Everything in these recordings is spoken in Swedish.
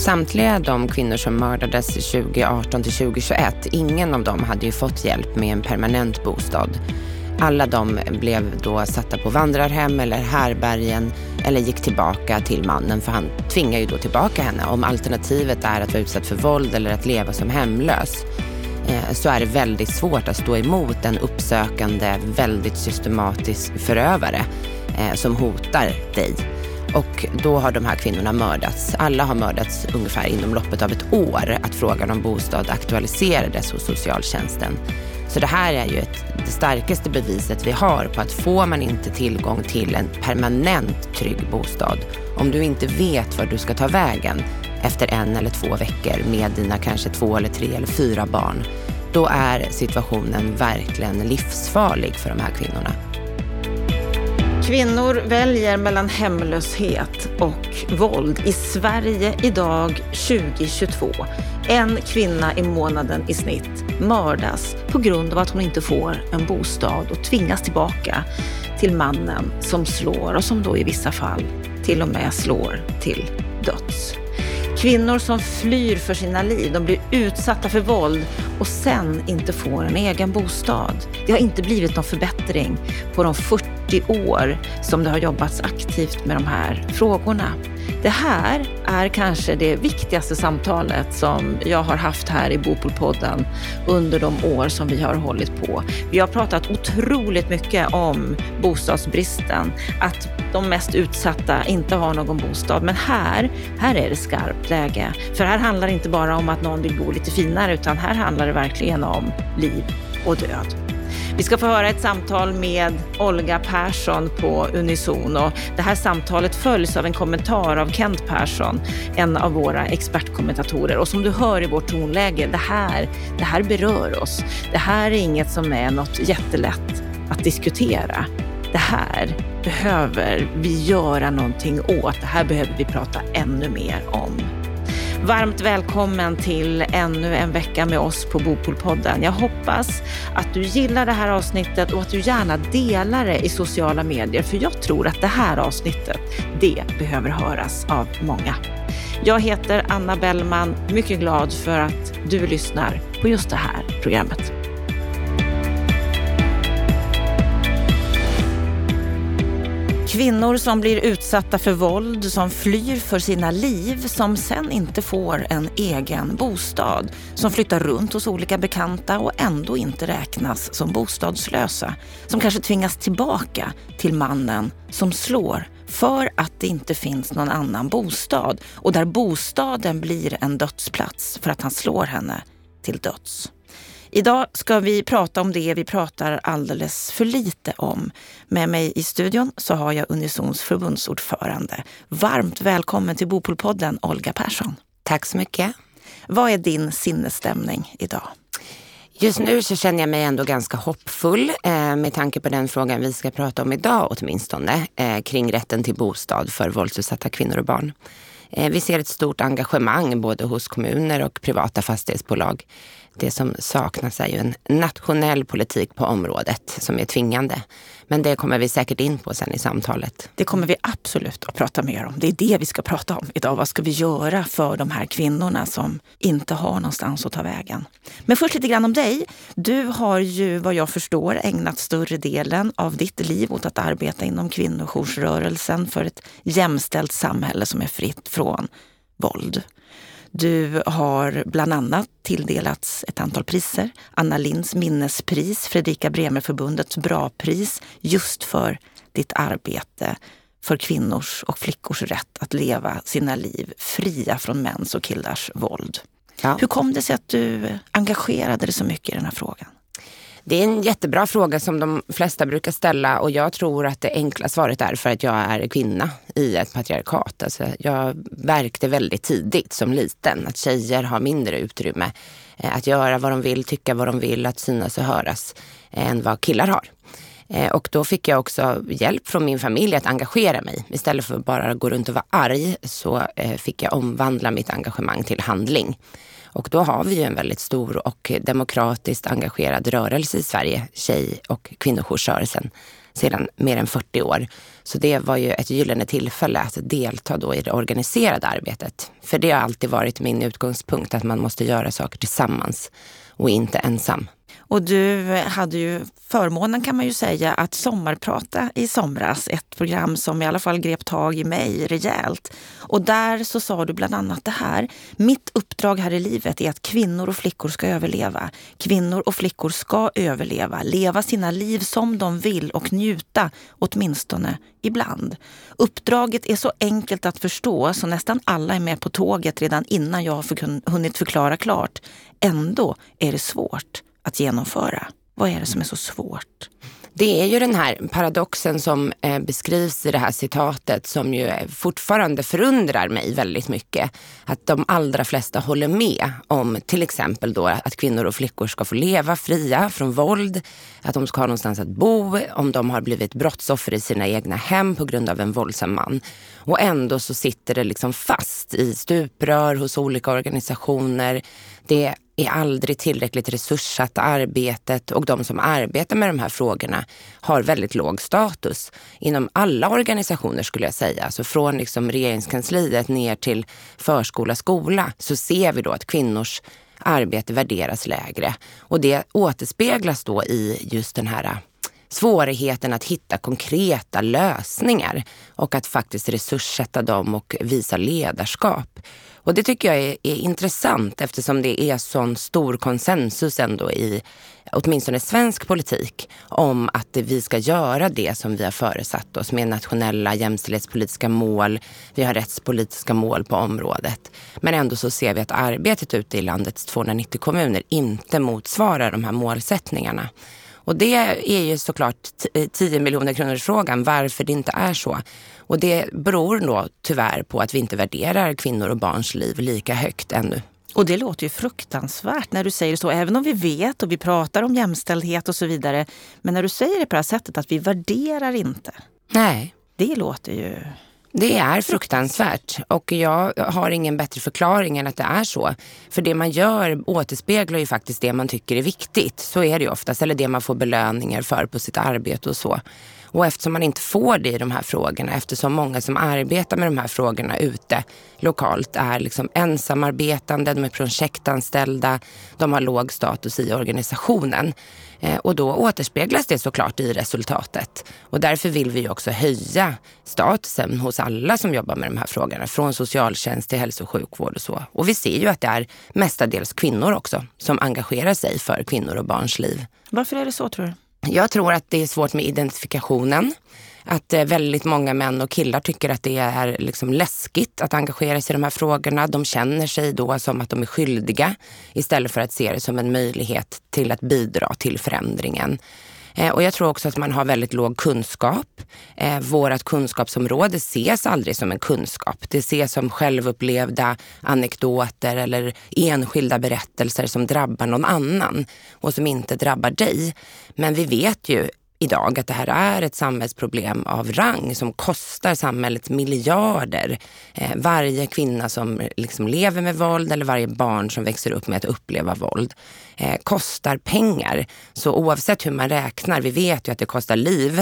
Samtliga de kvinnor som mördades 2018 till 2021, ingen av dem hade ju fått hjälp med en permanent bostad. Alla de blev då satta på vandrarhem eller härbergen eller gick tillbaka till mannen, för han tvingar ju då tillbaka henne. Om alternativet är att vara utsatt för våld eller att leva som hemlös, så är det väldigt svårt att stå emot en uppsökande, väldigt systematisk förövare som hotar dig. Och då har de här kvinnorna mördats. Alla har mördats ungefär inom loppet av ett år, att frågan om bostad aktualiserades hos socialtjänsten. Så det här är ju det starkaste beviset vi har på att får man inte tillgång till en permanent trygg bostad, om du inte vet var du ska ta vägen efter 1 eller 2 veckor med dina kanske 2 eller 3 eller 4 barn, då är situationen verkligen livsfarlig för de här kvinnorna. Kvinnor väljer mellan hemlöshet och våld i Sverige idag 2022. En kvinna i månaden i snitt mördas på grund av att hon inte får en bostad och tvingas tillbaka till mannen som slår och som då i vissa fall till och med slår till döds. Kvinnor som flyr för sina liv, de blir utsatta för våld och sen inte får en egen bostad. Det har inte blivit någon förbättring på de 40 år som det har jobbats aktivt med de här frågorna. Det här är kanske det viktigaste samtalet som jag har haft här i Bopolpodden under de år som vi har hållit på. Vi har pratat otroligt mycket om bostadsbristen, att de mest utsatta inte har någon bostad. Men här är det skarpt läge. För här handlar det inte bara om att någon vill bo lite finare, utan här handlar det verkligen om liv och död. Vi ska få höra ett samtal med Olga Persson på Unison, och det här samtalet följs av en kommentar av Kent Persson, en av våra expertkommentatorer. Och som du hör i vårt tonläge, det här berör oss. Det här är inget som är något jättelätt att diskutera. Det här behöver vi göra någonting åt. Det här behöver vi prata ännu mer om. Varmt välkommen till ännu en vecka med oss på Bopolpodden. Jag hoppas att du gillar det här avsnittet och att du gärna delar det i sociala medier. För jag tror att det här avsnittet, det behöver höras av många. Jag heter Anna Bellman, mycket glad för att du lyssnar på just det här programmet. Kvinnor som blir utsatta för våld, som flyr för sina liv, som sen inte får en egen bostad, som flyttar runt hos olika bekanta och ändå inte räknas som bostadslösa, som kanske tvingas tillbaka till mannen som slår för att det inte finns någon annan bostad, och där bostaden blir en dödsplats för att han slår henne till döds. Idag ska vi prata om det vi pratar alldeles för lite om. Med mig i studion så har jag Unisons förbundsordförande. Varmt välkommen till Bopolpodden, Olga Persson. Tack så mycket. Vad är din sinnesstämning idag? Just nu så känner jag mig ändå ganska hoppfull med tanke på den frågan vi ska prata om idag åtminstone, kring rätten till bostad för våldsutsatta kvinnor och barn. Vi ser ett stort engagemang både hos kommuner och privata fastighetsbolag. Det som saknas är ju en nationell politik på området som är tvingande. Men det kommer vi säkert in på sen i samtalet. Det kommer vi absolut att prata mer om. Det är det vi ska prata om idag. Vad ska vi göra för de här kvinnorna som inte har någonstans att ta vägen? Men först lite grann om dig. Du har ju, vad jag förstår, ägnat större delen av ditt liv åt att arbeta inom kvinnojoursrörelsen för ett jämställt samhälle som är fritt från våld. Du har bland annat tilldelats ett antal priser. Anna Lindhs minnespris, Fredrika Bremer-förbundets Bra-pris, just för ditt arbete för kvinnors och flickors rätt att leva sina liv fria från mäns och killars våld. Ja. Hur kom det sig att du engagerade dig så mycket i den här frågan? Det är en jättebra fråga som de flesta brukar ställa, och jag tror att det enkla svaret är för att jag är kvinna i ett patriarkat. Alltså, jag märkte väldigt tidigt som liten att tjejer har mindre utrymme att göra vad de vill, tycka vad de vill, att synas och höras än vad killar har. Och då fick jag också hjälp från min familj att engagera mig. Istället för att bara gå runt och vara arg så fick jag omvandla mitt engagemang till handling. Och då har vi ju en väldigt stor och demokratiskt engagerad rörelse i Sverige, tjej- och kvinnojoursrörelsen, sedan mer än 40 år. Så det var ju ett gyllene tillfälle att delta då i det organiserade arbetet. För det har alltid varit min utgångspunkt att man måste göra saker tillsammans och inte ensam. Och du hade ju förmånen, kan man ju säga, att sommarprata i somras. Ett program som i alla fall grep tag i mig rejält. Och där så sa du bland annat det här: mitt uppdrag här i livet är att kvinnor och flickor ska överleva. Kvinnor och flickor ska överleva, leva sina liv som de vill och njuta, åtminstone ibland. Uppdraget är så enkelt att förstå så nästan alla är med på tåget redan innan jag har hunnit förklara klart. Ändå är det svårt att genomföra. Vad är det som är så svårt? Det är ju den här paradoxen som beskrivs i det här citatet som ju fortfarande förundrar mig väldigt mycket. Att de allra flesta håller med om till exempel då att kvinnor och flickor ska få leva fria från våld, att de ska ha någonstans att bo om de har blivit brottsoffer i sina egna hem på grund av en våldsam man. Och ändå så sitter det liksom fast i stuprör hos olika organisationer. Det är aldrig tillräckligt resurssatt arbetet, och de som arbetar med de här frågorna har väldigt låg status inom alla organisationer, skulle jag säga. Alltså från liksom regeringskansliet ner till förskola, skola, så ser vi då att kvinnors arbete värderas lägre. Och det återspeglas då i just den här svårigheten att hitta konkreta lösningar och att faktiskt resurssätta dem och visa ledarskap. Och det tycker jag är intressant, eftersom det är sån stor konsensus ändå i åtminstone svensk politik om att vi ska göra det som vi har föresatt oss med nationella jämställdhetspolitiska mål. Vi har rättspolitiska mål på området. Men ändå så ser vi att arbetet ute i landets 290 kommuner inte motsvarar de här målsättningarna. Och det är ju såklart 10 miljoner kronors frågan varför det inte är så. Och det beror då tyvärr på att vi inte värderar kvinnor och barns liv lika högt ännu. Och det låter ju fruktansvärt när du säger så, även om vi vet och vi pratar om jämställdhet och så vidare. Men när du säger det på det här sättet att vi värderar inte. Nej. Det låter ju... Det är fruktansvärt, och jag har ingen bättre förklaring än att det är så. För det man gör återspeglar ju faktiskt det man tycker är viktigt. Så är det ju oftast, eller det man får belöningar för på sitt arbete och så. Och eftersom man inte får det i de här frågorna, eftersom många som arbetar med de här frågorna ute lokalt är liksom ensamarbetande, de är projektanställda, de har låg status i organisationen. Och då återspeglas det såklart i resultatet. Och därför vill vi också höja statusen hos alla som jobbar med de här frågorna. Från socialtjänst till hälso- och sjukvård och så. Och vi ser ju att det är mestadels kvinnor också som engagerar sig för kvinnor och barns liv. Varför är det så, tror du? Jag tror att det är svårt med identifikationen. Att väldigt många män och killar tycker att det är liksom läskigt att engagera sig i de här frågorna. De känner sig då som att de är skyldiga istället för att se det som en möjlighet till att bidra till förändringen. Och jag tror också att man har väldigt låg kunskap. Vårat kunskapsområde ses aldrig som en kunskap. Det ses som självupplevda anekdoter eller enskilda berättelser som drabbar någon annan och som inte drabbar dig. Men vi vet ju idag att det här är ett samhällsproblem av rang som kostar samhället miljarder. Varje kvinna som liksom lever med våld eller varje barn som växer upp med att uppleva våld kostar pengar. Så oavsett hur man räknar, vi vet ju att det kostar liv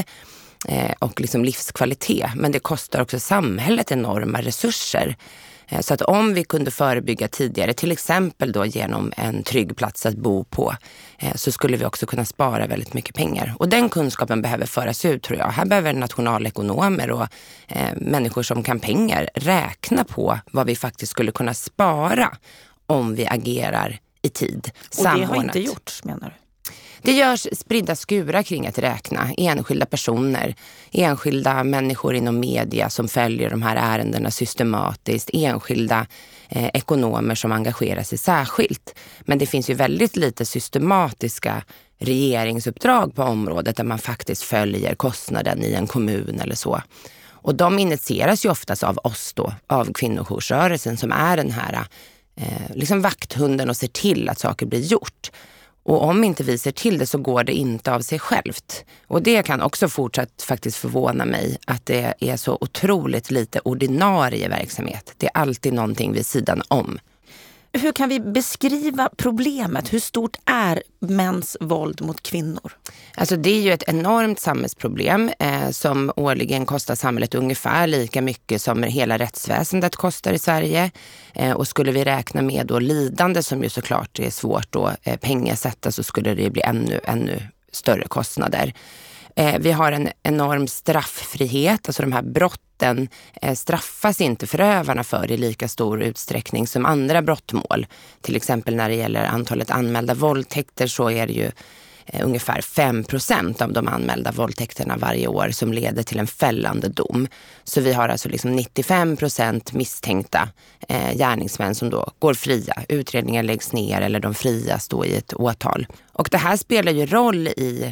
och liksom livskvalitet, men det kostar också samhället enorma resurser. Så att om vi kunde förebygga tidigare, till exempel då genom en trygg plats att bo på, så skulle vi också kunna spara väldigt mycket pengar. Och den kunskapen behöver föras ut, tror jag. Här behöver nationalekonomer och människor som kan pengar räkna på vad vi faktiskt skulle kunna spara om vi agerar i tid. Och det har inte gjorts, menar du? Det görs spridda skurar kring att räkna. Enskilda personer, enskilda människor inom media som följer de här ärendena systematiskt, enskilda ekonomer som engagerar sig särskilt. Men det finns ju väldigt lite systematiska regeringsuppdrag på området där man faktiskt följer kostnaden i en kommun eller så. Och de initieras ju oftast av oss då, av kvinnojoursrörelsen som är den här liksom vakthunden och ser till att saker blir gjort. Och om inte vi ser till det så går det inte av sig självt. Och det kan också fortsatt faktiskt förvåna mig att det är så otroligt lite ordinarie verksamhet. Det är alltid någonting vid sidan om. hur kan vi beskriva problemet? Hur stort är mäns våld mot kvinnor? Alltså det är ju ett enormt samhällsproblem som årligen kostar samhället ungefär lika mycket som hela rättsväsendet kostar i Sverige. Och skulle vi räkna med då lidande, som ju såklart är svårt att pengasätta, så skulle det bli ännu större kostnader. Vi har en enorm strafffrihet, alltså de här brotten straffas inte förövarna för i lika stor utsträckning som andra brottmål. Till exempel när det gäller antalet anmälda våldtäkter så är det ju ungefär 5% av de anmälda våldtäkterna varje år som leder till en fällande dom. Så vi har alltså liksom 95% misstänkta gärningsmän som då går fria. Utredningar läggs ner eller de frias då i ett åtal. Och det här spelar ju roll i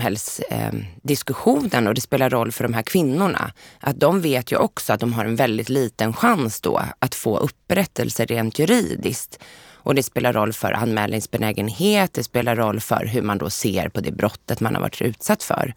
samhällsdiskussionen och det spelar roll för de här kvinnorna. Att de vet ju också att de har en väldigt liten chans då att få upprättelse rent juridiskt. Och det spelar roll för anmälningsbenägenhet, det spelar roll för hur man då ser på det brottet man har varit utsatt för.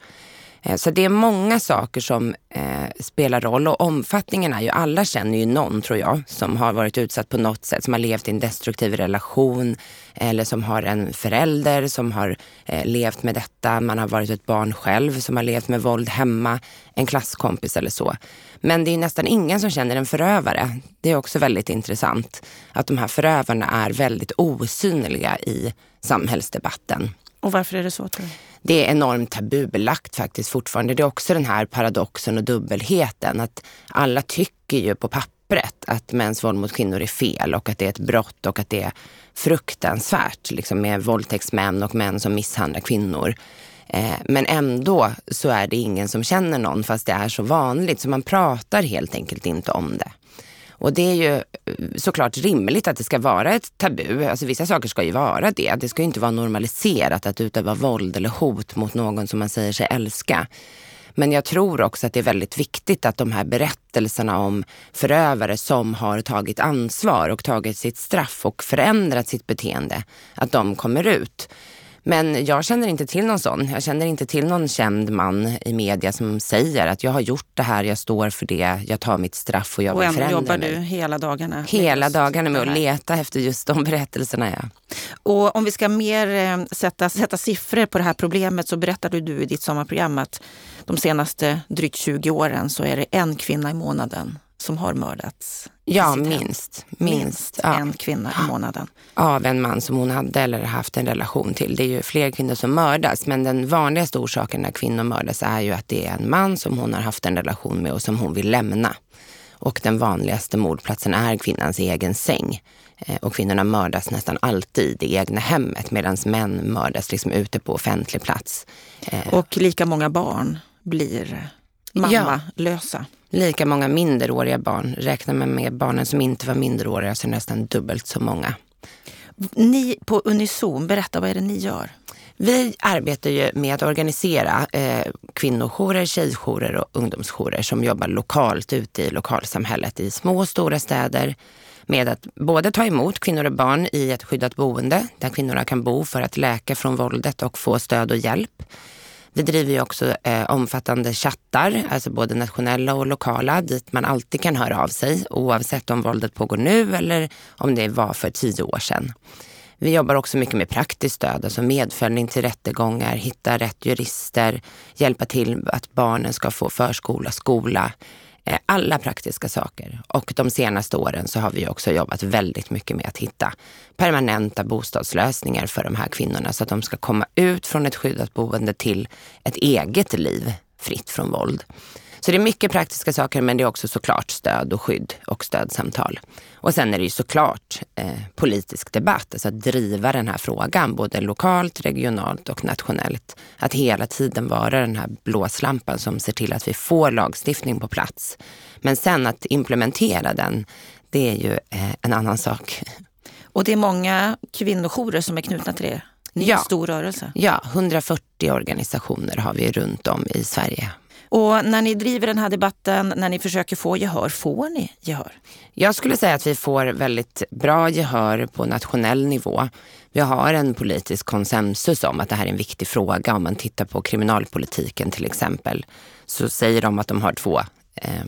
Så det är många saker som spelar roll och omfattningen är ju, alla känner ju någon tror jag som har varit utsatt på något sätt, som har levt i en destruktiv relation eller som har en förälder som har levt med detta, man har varit ett barn själv som har levt med våld hemma, en klasskompis eller så. Men det är nästan ingen som känner en förövare. Det är också väldigt intressant att de här förövarna är väldigt osynliga i samhällsdebatten. Och varför är det så tror du? Det är enormt tabubelagt faktiskt fortfarande. Det är också den här paradoxen och dubbelheten att alla tycker ju på pappret att mäns våld mot kvinnor är fel och att det är ett brott och att det är fruktansvärt liksom med våldtäktsmän och män som misshandlar kvinnor. Men ändå så är det ingen som känner någon fast det är så vanligt så man pratar helt enkelt inte om det. Och det är ju såklart rimligt att det ska vara ett tabu. Alltså vissa saker ska ju vara det. Det ska ju inte vara normaliserat att utöva våld eller hot mot någon som man säger sig älska. Men jag tror också att det är väldigt viktigt att de här berättelserna om förövare som har tagit ansvar och tagit sitt straff och förändrat sitt beteende, att de kommer ut. Men jag känner inte till någon sån. Jag känner inte till någon känd man i media som säger att jag har gjort det här, jag står för det, jag tar mitt straff och jag vill förändra mig. Och ändå jobbar du hela dagarna? Hela dagarna med att leta efter just de berättelserna, ja. Och om vi ska mer sätta siffror på det här problemet så berättade du i ditt sommarprogram att de senaste drygt 20 åren så är det en kvinna i månaden som har mördats. Ja, minst en kvinna i månaden. Av en man som hon hade eller haft en relation till. Det är ju fler kvinnor som mördas, men den vanligaste orsaken när kvinnor mördas är ju att det är en man som hon har haft en relation med och som hon vill lämna. Och den vanligaste mordplatsen är kvinnans egen säng. Och kvinnorna mördas nästan alltid i egna hemmet medan män mördas liksom ute på offentlig plats. Och lika många barn blir mammalösa. Lika många minderåriga barn. Räknar man med barnen som inte var minderåriga så är nästan dubbelt så många. Ni på Unizon, berätta vad är det ni gör? Vi arbetar ju med att organisera kvinnojourer, tjejjourer och ungdomsjourer som jobbar lokalt ute i lokalsamhället i små och stora städer med att både ta emot kvinnor och barn i ett skyddat boende där kvinnorna kan bo för att läka från våldet och få stöd och hjälp. Vi driver ju också omfattande chattar, alltså både nationella och lokala, dit man alltid kan höra av sig oavsett om våldet pågår nu eller om det var för 10 år sedan. Vi jobbar också mycket med praktiskt stöd, alltså medföljning till rättegångar, hitta rätt jurister, hjälpa till att barnen ska få förskola, skola, alla praktiska saker. Och de senaste åren så har vi också jobbat väldigt mycket med att hitta permanenta bostadslösningar för de här kvinnorna så att de ska komma ut från ett skyddat boende till ett eget liv fritt från våld. Så det är mycket praktiska saker, men det är också såklart stöd och skydd och stödsamtal. Och sen är det ju såklart politisk debatt, alltså att driva den här frågan både lokalt, regionalt och nationellt. Att hela tiden vara den här blåslampan som ser till att vi får lagstiftning på plats. Men sen att implementera den, det är ju en annan sak. Och det är många kvinnojourer som är knutna till det? Ni är en stor rörelse? Ja, 140 organisationer har vi runt om i Sverige. Och när ni driver den här debatten, när ni försöker få gehör, får ni gehör? Jag skulle säga att vi får väldigt bra gehör på nationell nivå. Vi har en politisk konsensus om att det här är en viktig fråga. Om man tittar på kriminalpolitiken till exempel så säger de att de har 2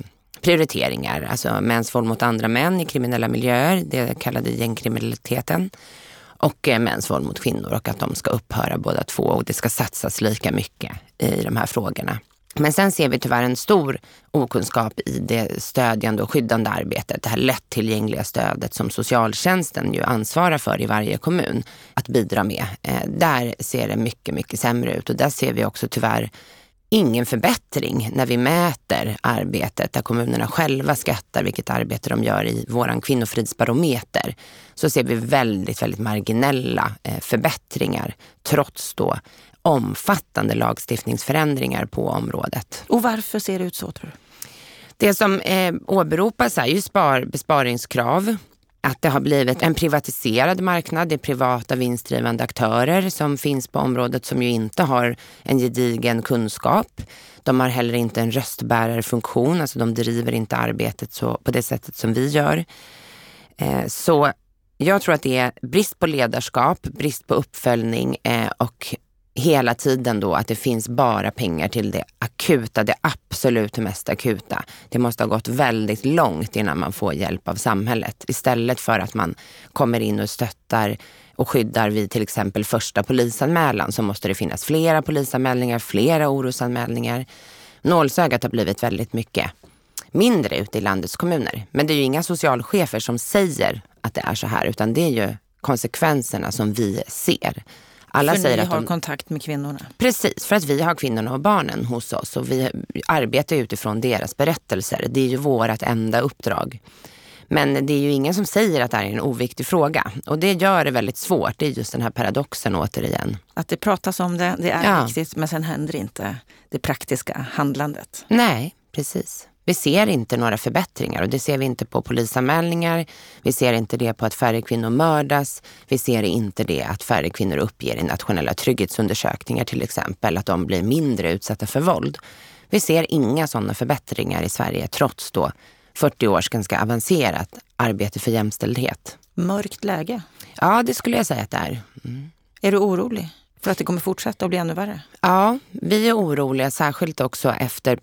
prioriteringar. Alltså mäns våld mot andra män i kriminella miljöer, det kallade gängkriminaliteten. Och mäns våld mot kvinnor och att de ska upphöra båda två och det ska satsas lika mycket i de här frågorna. Men sen ser vi tyvärr en stor okunskap i det stödjande och skyddande arbetet. Det här lättillgängliga stödet som socialtjänsten ju ansvarar för i varje kommun att bidra med. Där ser det mycket, mycket sämre ut och där ser vi också tyvärr ingen förbättring när vi mäter arbetet där kommunerna själva skattar vilket arbete de gör i våran kvinnofridsbarometer. Så ser vi väldigt, väldigt marginella förbättringar trots då omfattande lagstiftningsförändringar på området. Och varför ser det ut så, tror du? Det som åberopas är ju besparingskrav. Att det har blivit en privatiserad marknad, det är privata vinstdrivande aktörer som finns på området som ju inte har en gedigen kunskap. De har heller inte en röstbärarfunktion, alltså de driver inte arbetet så, på det sättet som vi gör. Så jag tror att det är brist på ledarskap, brist på uppföljning och hela tiden då att det finns bara pengar till det akuta, det absolut mest akuta. Det måste ha gått väldigt långt innan man får hjälp av samhället. Istället för att man kommer in och stöttar och skyddar vid till exempel första polisanmälan så måste det finnas flera polisanmälningar, flera orosanmälningar. Nålsögat har blivit väldigt mycket mindre ute i landets kommuner. Men det är ju inga socialchefer som säger att det är så här utan det är ju konsekvenserna som vi ser. Alla säger att ni har kontakt med kvinnorna. Precis, för att vi har kvinnorna och barnen hos oss och vi arbetar utifrån deras berättelser. Det är ju vårt enda uppdrag. Men det är ju ingen som säger att det här är en oviktig fråga. Och det gör det väldigt svårt. Det är just den här paradoxen återigen. Att det pratas om det, det är viktigt men sen händer inte det praktiska handlandet. Nej, precis. Vi ser inte några förbättringar och det ser vi inte på polisanmälningar. Vi ser inte det på att färre kvinnor mördas. Vi ser inte det att färre kvinnor uppger i nationella trygghetsundersökningar till exempel att de blir mindre utsatta för våld. Vi ser inga sådana förbättringar i Sverige trots då 40 års ganska avancerat arbete för jämställdhet. Mörkt läge? Ja, det skulle jag säga att det är. Mm. Är du orolig för att det kommer fortsätta och bli ännu värre? Ja, vi är oroliga särskilt också efter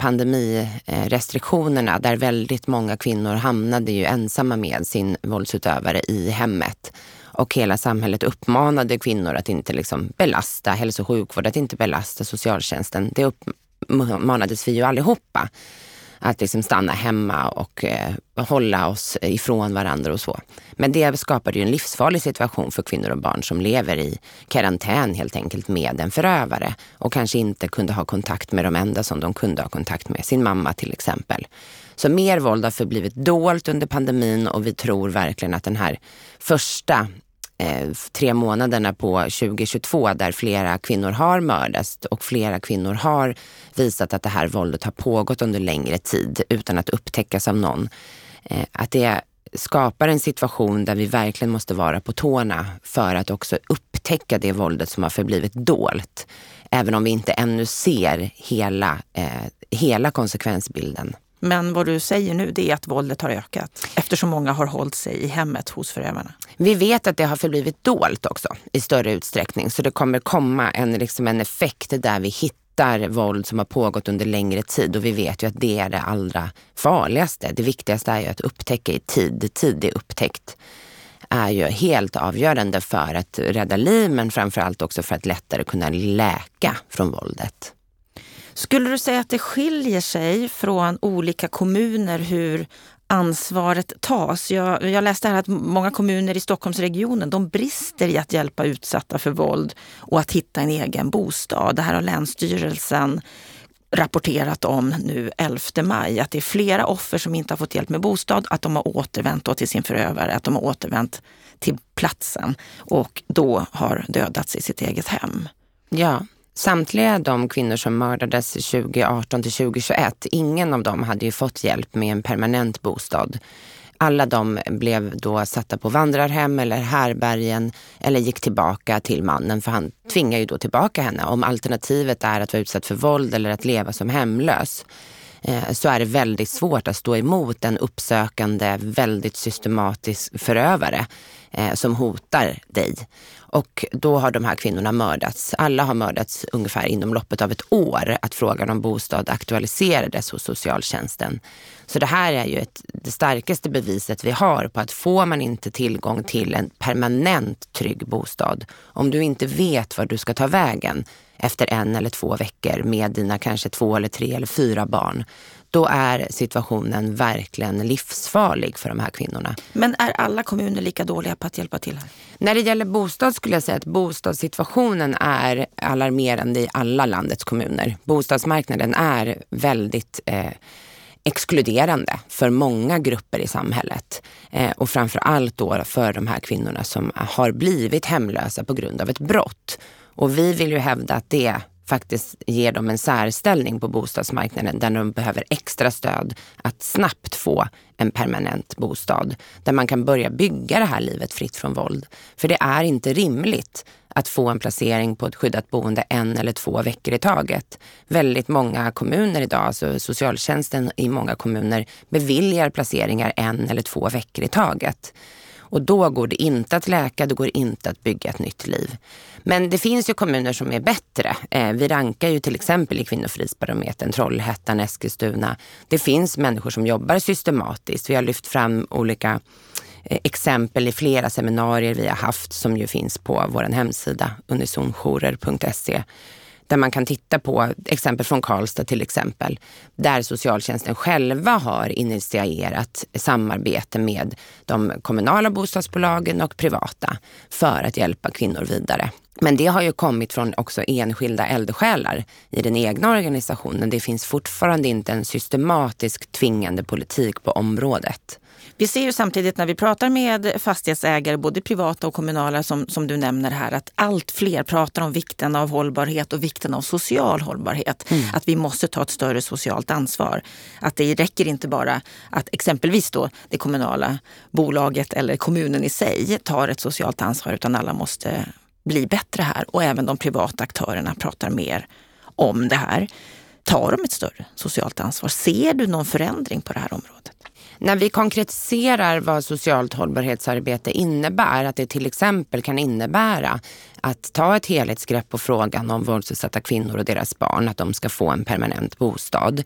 pandemirestriktionerna där väldigt många kvinnor hamnade ju ensamma med sin våldsutövare i hemmet. Och hela samhället uppmanade kvinnor att inte liksom belasta hälso- och sjukvård, att inte belasta socialtjänsten. Det uppmanades vi ju allihopa. Att liksom stanna hemma och hålla oss ifrån varandra och så. Men det skapade ju en livsfarlig situation för kvinnor och barn som lever i karantän helt enkelt med en förövare. Och kanske inte kunde ha kontakt med de enda som de kunde ha kontakt med, sin mamma till exempel. Så mer våld har förblivit dolt under pandemin och vi tror verkligen att den här första 3 månaderna på 2022 där flera kvinnor har mördats och flera kvinnor har visat att det här våldet har pågått under längre tid utan att upptäckas av någon. Att det skapar en situation där vi verkligen måste vara på tårna för att också upptäcka det våldet som har förblivit dolt. Även om vi inte ännu ser hela konsekvensbilden. Men vad du säger nu det är att våldet har ökat eftersom många har hållit sig i hemmet hos förövarna. Vi vet att det har förblivit dolt också i större utsträckning så det kommer komma en effekt där vi hittar våld som har pågått under längre tid och vi vet ju att det är det allra farligaste. Det viktigaste är ju att upptäcka i tid. Tidig upptäckt är ju helt avgörande för att rädda liv men framförallt också för att lättare kunna läka från våldet. Skulle du säga att det skiljer sig från olika kommuner hur ansvaret tas? Jag läste här att många kommuner i Stockholmsregionen de brister i att hjälpa utsatta för våld och att hitta en egen bostad. Det här har Länsstyrelsen rapporterat om nu 11 maj. Att det är flera offer som inte har fått hjälp med bostad, att de har återvänt till sin förövare, att de har återvänt till platsen och då har dödats i sitt eget hem. Ja. Samtliga de kvinnor som mördades 2018 till 2021, ingen av dem hade ju fått hjälp med en permanent bostad. Alla de blev då satta på vandrarhem eller härbergen eller gick tillbaka till mannen för han tvingar ju då tillbaka henne. Om alternativet är att vara utsatt för våld eller att leva som hemlös så är det väldigt svårt att stå emot en uppsökande, väldigt systematisk förövare. som hotar dig. Och då har de här kvinnorna mördats. Alla har mördats ungefär inom loppet av ett år att frågan om bostad aktualiserades hos socialtjänsten. Så det här är ju det starkaste beviset vi har på att får man inte tillgång till en permanent trygg bostad, om du inte vet var du ska ta vägen efter 1 eller 2 veckor med dina kanske 2 eller 3 eller 4 barn, då är situationen verkligen livsfarlig för de här kvinnorna. Men är alla kommuner lika dåliga på att hjälpa till här? När det gäller bostad skulle jag säga att bostadssituationen är alarmerande i alla landets kommuner. Bostadsmarknaden är väldigt exkluderande för många grupper i samhället. Och framförallt då för de här kvinnorna som har blivit hemlösa på grund av ett brott. Och vi vill ju hävda att det faktiskt ger dem en särställning på bostadsmarknaden där de behöver extra stöd att snabbt få en permanent bostad. Där man kan börja bygga det här livet fritt från våld. För det är inte rimligt att få en placering på ett skyddat boende 1 eller 2 veckor i taget. Väldigt många kommuner idag, alltså socialtjänsten i många kommuner, beviljar placeringar 1 eller 2 veckor i taget. Och då går det inte att läka, det går inte att bygga ett nytt liv. Men det finns ju kommuner som är bättre. Vi rankar ju till exempel i Kvinnofridsbarometern, Trollhättan, Eskilstuna. Det finns människor som jobbar systematiskt. Vi har lyft fram olika exempel i flera seminarier vi har haft som ju finns på vår hemsida unisonjourer.se. Där man kan titta på exempel från Karlstad till exempel, där socialtjänsten själva har initierat samarbete med de kommunala bostadsbolagen och privata för att hjälpa kvinnor vidare. Men det har ju kommit från också enskilda eldsjälar i den egna organisationen. Det finns fortfarande inte en systematisk tvingande politik på området. Vi ser ju samtidigt när vi pratar med fastighetsägare, både privata och kommunala som du nämner här, att allt fler pratar om vikten av hållbarhet och vikten av social hållbarhet. Att vi måste ta ett större socialt ansvar. Att det räcker inte bara att exempelvis då det kommunala bolaget eller kommunen i sig tar ett socialt ansvar, utan alla måste bli bättre här. Och även de privata aktörerna pratar mer om det här. Tar de ett större socialt ansvar? Ser du någon förändring på det här området? När vi konkretiserar vad socialt hållbarhetsarbete innebär, att det till exempel kan innebära att ta ett helhetsgrepp på frågan om våldsutsatta kvinnor och deras barn, att de ska få en permanent bostad,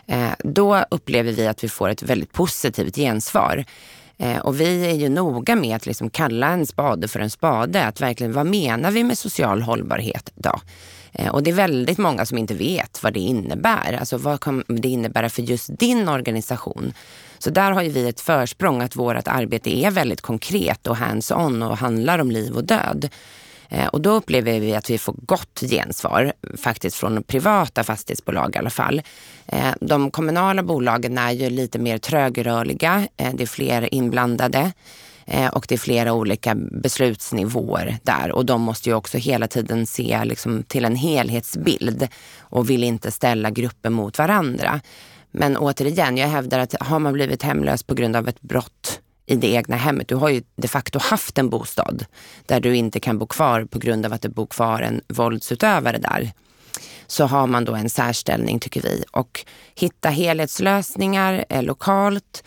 då upplever vi att vi får ett väldigt positivt gensvar. Och vi är ju noga med att liksom kalla en spade för en spade, att verkligen vad menar vi med social hållbarhet då? Och det är väldigt många som inte vet vad det innebär. Alltså vad kan det innebära för just din organisation? Så där har ju vi ett försprång att vårt arbete är väldigt konkret och hands-on och handlar om liv och död. Och då upplever vi att vi får gott gensvar faktiskt från privata fastighetsbolag i alla fall. De kommunala bolagen är ju lite mer trögrörliga, det är fler inblandade. Och det är flera olika beslutsnivåer där. Och de måste ju också hela tiden se liksom till en helhetsbild och vill inte ställa grupper mot varandra. Men återigen, jag hävdar att har man blivit hemlös på grund av ett brott i det egna hemmet, du har ju de facto haft en bostad där du inte kan bo kvar på grund av att det bor kvar en våldsutövare där. Så har man då en särställning tycker vi. Och hitta helhetslösningar lokalt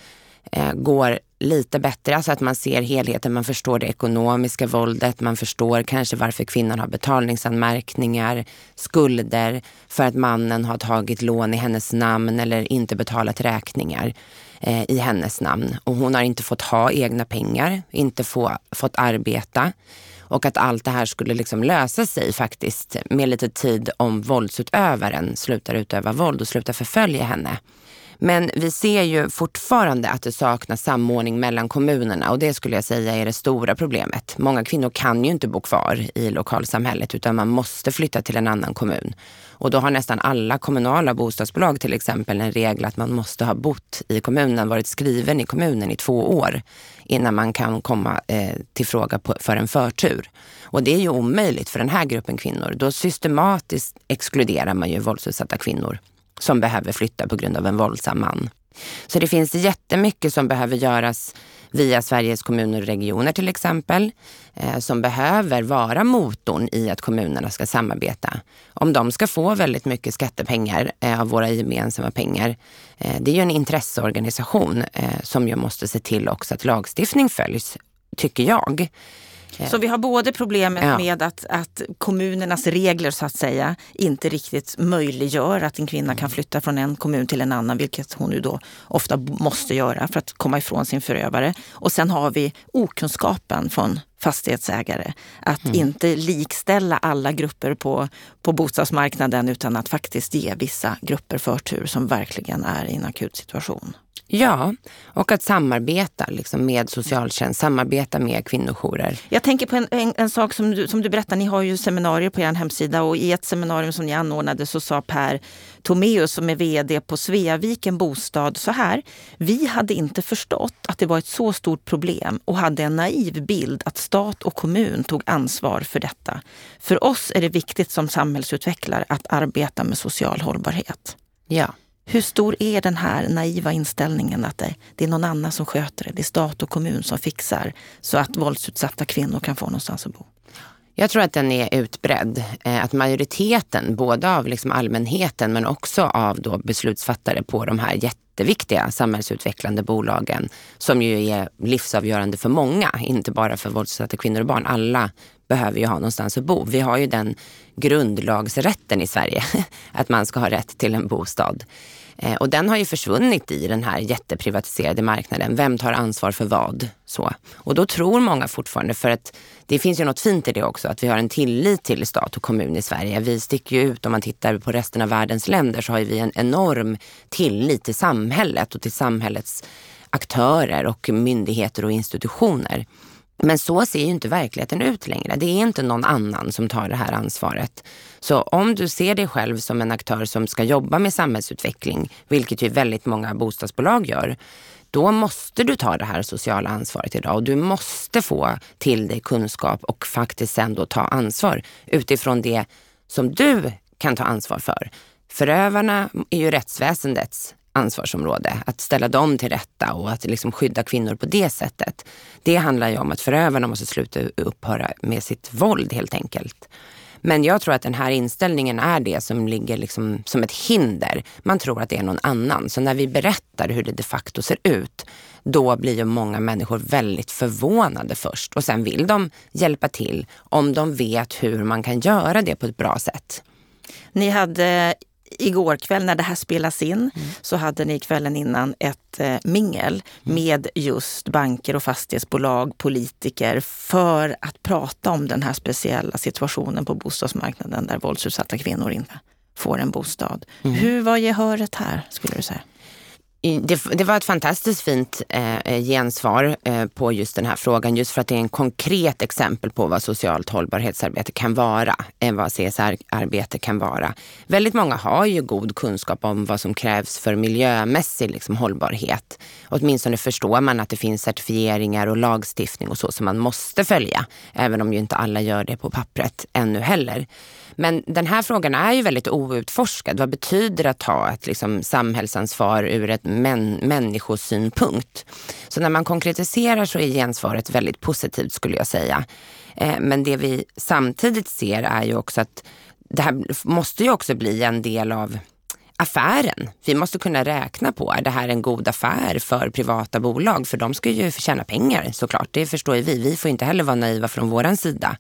går lite bättre, alltså att man ser helheten, man förstår det ekonomiska våldet, man förstår kanske varför kvinnan har betalningsanmärkningar, skulder för att mannen har tagit lån i hennes namn eller inte betalat räkningar i hennes namn. Och hon har inte fått ha egna pengar, inte fått arbeta. Och att allt det här skulle liksom lösa sig faktiskt med lite tid om våldsutövaren slutar utöva våld och slutar förfölja henne. Men vi ser ju fortfarande att det saknas samordning mellan kommunerna och det skulle jag säga är det stora problemet. Många kvinnor kan ju inte bo kvar i lokalsamhället utan man måste flytta till en annan kommun. Och då har nästan alla kommunala bostadsbolag till exempel en regel att man måste ha bott i kommunen, varit skriven i kommunen i 2 år innan man kan komma till fråga för en förtur. Och det är ju omöjligt för den här gruppen kvinnor. Då systematiskt exkluderar man ju våldsutsatta kvinnor som behöver flytta på grund av en våldsam man. Så det finns jättemycket som behöver göras via Sveriges kommuner och regioner till exempel, som behöver vara motorn i att kommunerna ska samarbeta. Om de ska få väldigt mycket skattepengar av våra gemensamma pengar, det är ju en intresseorganisation som ju måste se till också att lagstiftning följs tycker jag. Så vi har både problemet med att kommunernas regler så att säga inte riktigt möjliggör att en kvinna kan flytta från en kommun till en annan, vilket hon ju då ofta måste göra för att komma ifrån sin förövare. Och sen har vi okunskapen från fastighetsägare att inte likställa alla grupper på bostadsmarknaden utan att faktiskt ge vissa grupper förtur som verkligen är i en akut situation. Ja, och att samarbeta liksom med socialtjänst, samarbeta med kvinnojourer. Jag tänker på en sak som du berättar, ni har ju seminarier på er hemsida och i ett seminarium som ni anordnade så sa Per Tomeus som är vd på Sveaviken Bostad så här: vi hade inte förstått att det var ett så stort problem och hade en naiv bild att stat och kommun tog ansvar för detta. För oss är det viktigt som samhällsutvecklare att arbeta med social hållbarhet. Ja. Hur stor är den här naiva inställningen att det är någon annan som sköter det? Det är stat och kommun som fixar så att våldsutsatta kvinnor kan få någonstans att bo. Jag tror att den är utbredd. Att majoriteten, både av liksom allmänheten men också av då beslutsfattare på de här jätteviktiga samhällsutvecklande bolagen som ju är livsavgörande för många, inte bara för våldsutsatta kvinnor och barn. Alla behöver ju ha någonstans att bo. Vi har ju den grundlagsrätten i Sverige att man ska ha rätt till en bostad. Och den har ju försvunnit i den här jätteprivatiserade marknaden. Vem tar ansvar för vad? Så. Och då tror många fortfarande, för att det finns ju något fint i det också, att vi har en tillit till stat och kommun i Sverige. Vi sticker ju ut, om man tittar på resten av världens länder så har vi en enorm tillit till samhället och till samhällets aktörer och myndigheter och institutioner. Men så ser ju inte verkligheten ut längre. Det är inte någon annan som tar det här ansvaret. Så om du ser dig själv som en aktör som ska jobba med samhällsutveckling, vilket ju väldigt många bostadsbolag gör, då måste du ta det här sociala ansvaret idag. Och du måste få till dig kunskap och faktiskt sen då ta ansvar utifrån det som du kan ta ansvar för. Förövarna är ju rättsväsendets ansvarsområde, att ställa dem till rätta och att liksom skydda kvinnor på det sättet. Det handlar ju om att förövarna måste sluta upphöra med sitt våld helt enkelt. Men jag tror att den här inställningen är det som ligger liksom som ett hinder. Man tror att det är någon annan. Så när vi berättar hur det de facto ser ut, då blir ju många människor väldigt förvånade först. Och sen vill de hjälpa till om de vet hur man kan göra det på ett bra sätt. Ni hade igår kväll när det här spelas in så hade ni kvällen innan ett mingel med just banker och fastighetsbolag, politiker för att prata om den här speciella situationen på bostadsmarknaden där våldsutsatta kvinnor inte får en bostad. Hur var gehöret här skulle du säga? Det var ett fantastiskt fint gensvar på just den här frågan, just för att det är en konkret exempel på vad socialt hållbarhetsarbete kan vara, vad CSR-arbete kan vara. Väldigt många har ju god kunskap om vad som krävs för miljömässig liksom, hållbarhet. Åtminstone förstår man att det finns certifieringar och lagstiftning och så som man måste följa, även om ju inte alla gör det på pappret ännu heller. Men den här frågan är ju väldigt outforskad. Vad betyder att ta ett liksom, samhällsansvar ur ett människosynpunkt? Så när man konkretiserar så är gensvaret väldigt positivt skulle jag säga. Men det vi samtidigt ser är ju också att det här måste ju också bli en del av affären. Vi måste kunna räkna på, är det här en god affär för privata bolag? För de ska ju förtjäna pengar såklart, det förstår ju vi. Vi får inte heller vara naiva från våran sida.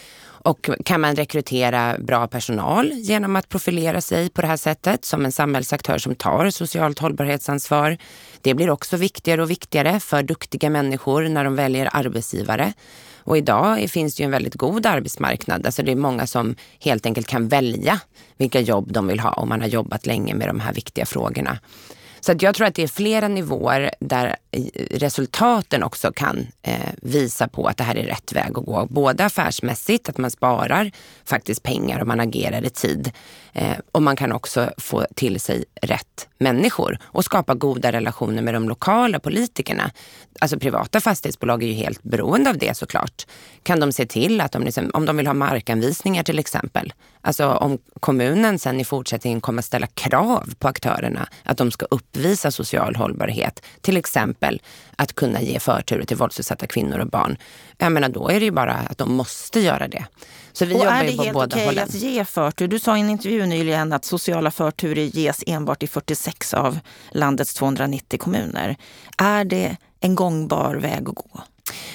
Och kan man rekrytera bra personal genom att profilera sig på det här sättet som en samhällsaktör som tar socialt hållbarhetsansvar? Det blir också viktigare och viktigare för duktiga människor när de väljer arbetsgivare. Och idag finns det ju en väldigt god arbetsmarknad. Alltså det är många som helt enkelt kan välja vilka jobb de vill ha om man har jobbat länge med de här viktiga frågorna. Så att jag tror att det är flera nivåer där resultaten också kan visa på att det här är rätt väg att gå. Både affärsmässigt, att man sparar faktiskt pengar och man agerar i tid. Och man kan också få till sig rätt människor och skapa goda relationer med de lokala politikerna. Alltså privata fastighetsbolag är ju helt beroende av det såklart. Kan de se till att om de vill ha markanvisningar till exempel. Alltså om kommunen sen i fortsättningen kommer att ställa krav på aktörerna att de ska uppvisa social hållbarhet. Till exempel att kunna ge förtur till våldsutsatta kvinnor och barn. Jag menar då är det ju bara att de måste göra det. Så vi och jobbar är det ju på helt båda okej hållen. att ge förtur? Du sa i en intervju nyligen att sociala förturer ges enbart i 46 av landets 290 kommuner. Är det en gångbar väg att gå?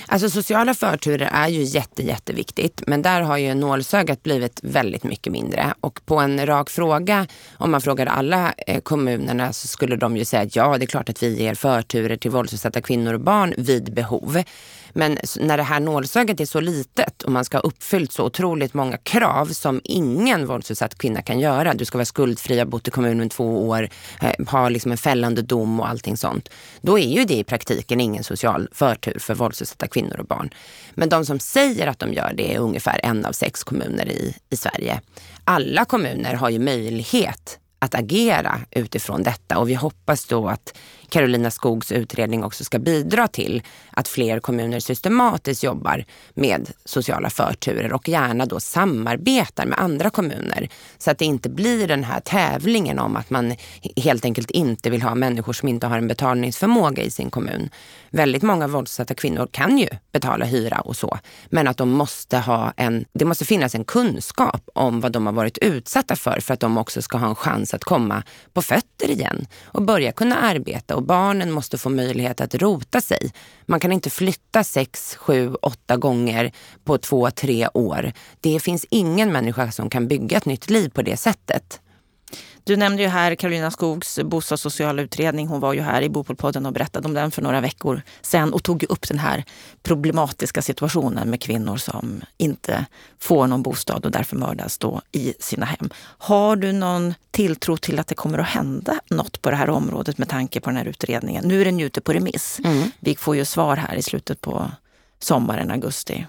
Alltså sociala förturer är ju jätteviktigt, men där har ju nålsögat blivit väldigt mycket mindre. Och på en rak fråga, om man frågar alla kommunerna, så skulle de ju säga att ja, det är klart att vi ger förturer till våldsutsatta kvinnor och barn vid behov. Men när det här nålsögat är så litet och man ska ha uppfyllt så otroligt många krav som ingen våldsutsatt kvinna kan göra. Du ska vara skuldfri, ha bott i kommunen i 2 år, ha liksom en fällande dom och allting sånt. Då är ju det i praktiken ingen social förtur för våldsutsatta kvinnor och barn. Men de som säger att de gör det är ungefär 1 av 6 kommuner i Sverige. Alla kommuner har ju möjlighet att agera utifrån detta, och vi hoppas då att Karolina Skogs utredning också ska bidra till att fler kommuner systematiskt jobbar med sociala förturer och gärna då samarbetar med andra kommuner, så att det inte blir den här tävlingen om att man helt enkelt inte vill ha människor som inte har en betalningsförmåga i sin kommun. Väldigt många våldsutsatta kvinnor kan ju betala hyra och så, men att de måste det måste finnas en kunskap om vad de har varit utsatta för att de också ska ha en chans att komma på fötter igen och börja kunna arbeta. Och barnen måste få möjlighet att rota sig. Man kan inte flytta 6, 7, 8 gånger på 2-3 år. Det finns ingen människa som kan bygga ett nytt liv på det sättet. Du nämnde ju här Karolina Skogs bostadssociala utredning. Hon var ju här i Bopolpodden och berättade om den för några veckor sedan och tog upp den här problematiska situationen med kvinnor som inte får någon bostad och därför mördas då i sina hem. Har du någon tilltro till att det kommer att hända något på det här området med tanke på den här utredningen? Nu är den ju ute på remiss. Vi får ju svar här i slutet på sommaren, augusti.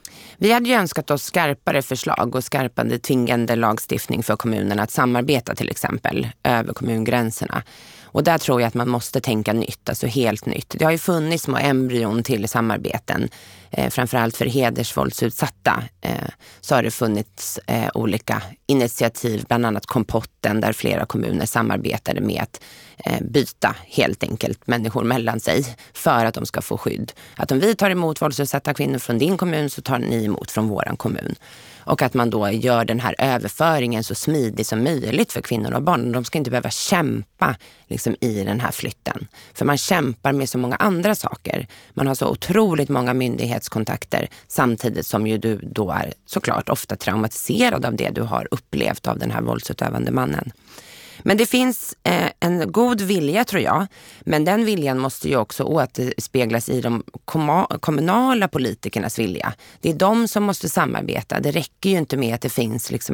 Vi hade ju önskat oss skarpare förslag och skarpande tvingande lagstiftning för kommunerna att samarbeta till exempel över kommungränserna. Och där tror jag att man måste tänka nytt, alltså helt nytt. Det har ju funnits små embryon till samarbeten, framförallt för hedersvåldsutsatta. Så har det funnits olika initiativ, bland annat Kompotten, där flera kommuner samarbetade med att byta helt enkelt människor mellan sig för att de ska få skydd. Att om vi tar emot våldsutsatta kvinnor från din kommun så tar ni emot från våran kommun. Och att man då gör den här överföringen så smidig som möjligt för kvinnor och barn. De ska inte behöva kämpa liksom i den här flytten. För man kämpar med så många andra saker. Man har så otroligt många myndighetskontakter samtidigt som ju du då är såklart ofta traumatiserad av det du har upplevt av den här våldsutövande mannen. Men det finns en god vilja tror jag, men den viljan måste ju också återspeglas i de kommunala politikernas vilja. Det är de som måste samarbeta. Det räcker ju inte med att det finns liksom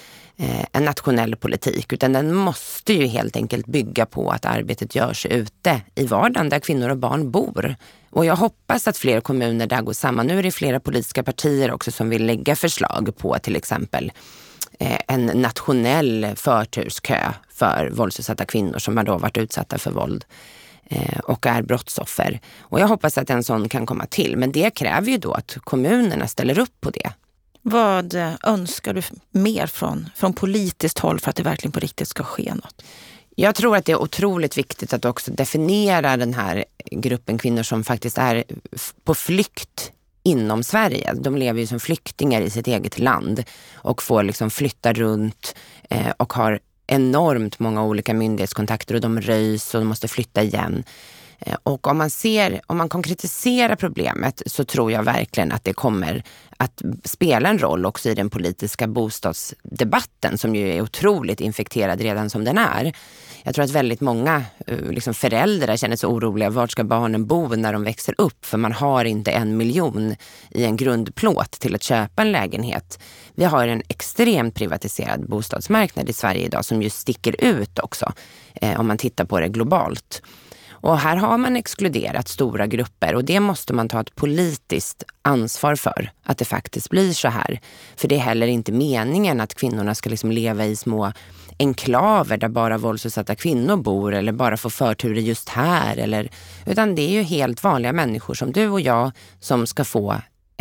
en nationell politik, utan den måste ju helt enkelt bygga på att arbetet görs ute i vardagen där kvinnor och barn bor. Och jag hoppas att fler kommuner där går samman. Nu är det flera politiska partier också som vill lägga förslag på till exempel en nationell förturskö för våldsutsatta kvinnor som har då varit utsatta för våld och är brottsoffer. Och jag hoppas att en sån kan komma till. Men det kräver ju då att kommunerna ställer upp på det. Vad önskar du mer från politiskt håll för att det verkligen på riktigt ska ske något? Jag tror att det är otroligt viktigt att också definiera den här gruppen kvinnor som faktiskt är på flykt inom Sverige. De lever ju som flyktingar i sitt eget land och får liksom flytta runt och har enormt många olika myndighetskontakter och de röjs och de måste flytta igen. Och om man konkretiserar problemet så tror jag verkligen att det kommer att spela en roll också i den politiska bostadsdebatten som ju är otroligt infekterad redan som den är. Jag tror att väldigt många liksom föräldrar känner sig oroliga. Vart ska barnen bo när de växer upp? För man har inte 1 miljon i en grundplåt till att köpa en lägenhet. Vi har en extremt privatiserad bostadsmarknad i Sverige idag som ju sticker ut också om man tittar på det globalt. Och här har man exkluderat stora grupper och det måste man ta ett politiskt ansvar för, att det faktiskt blir så här. För det är heller inte meningen att kvinnorna ska liksom leva i små enklaver där bara våldsutsatta kvinnor bor eller bara får förturer just här. Utan det är ju helt vanliga människor som du och jag som ska få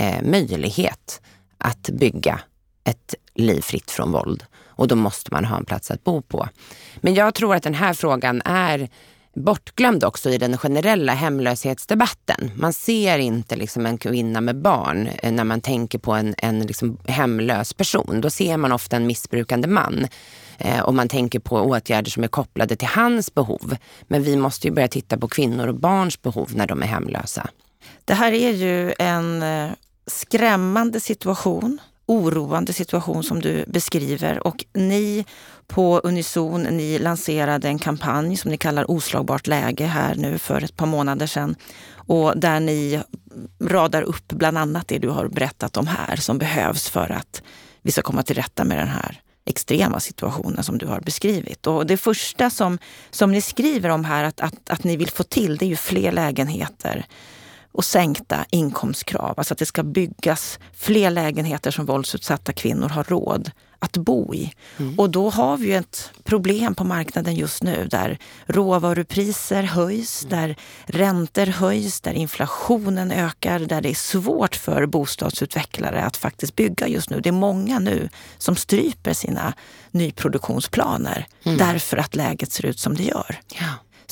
möjlighet att bygga ett liv fritt från våld. Och då måste man ha en plats att bo på. Men jag tror att den här frågan är bortglömd också i den generella hemlöshetsdebatten. Man ser inte liksom en kvinna med barn när man tänker på en liksom hemlös person. Då ser man ofta en missbrukande man. Och man tänker på åtgärder som är kopplade till hans behov. Men vi måste ju börja titta på kvinnor och barns behov när de är hemlösa. Det här är ju en skrämmande situation, oroande situation som du beskriver, och ni på Unison, ni lanserade en kampanj som ni kallar Oslagbart läge här nu för ett par månader sedan, och där ni radar upp bland annat det du har berättat om här som behövs för att vi ska komma till rätta med den här extrema situationen som du har beskrivit. Och det första som ni skriver om här att ni vill få till, det är ju fler lägenheter och sänkta inkomstkrav. Alltså att det ska byggas fler lägenheter som våldsutsatta kvinnor har råd att bo i. Och då har vi ju ett problem på marknaden just nu där råvarupriser höjs, där räntor höjs, där inflationen ökar, där det är svårt för bostadsutvecklare att faktiskt bygga just nu. Det är många nu som stryper sina nyproduktionsplaner därför att läget ser ut som det gör. Ja.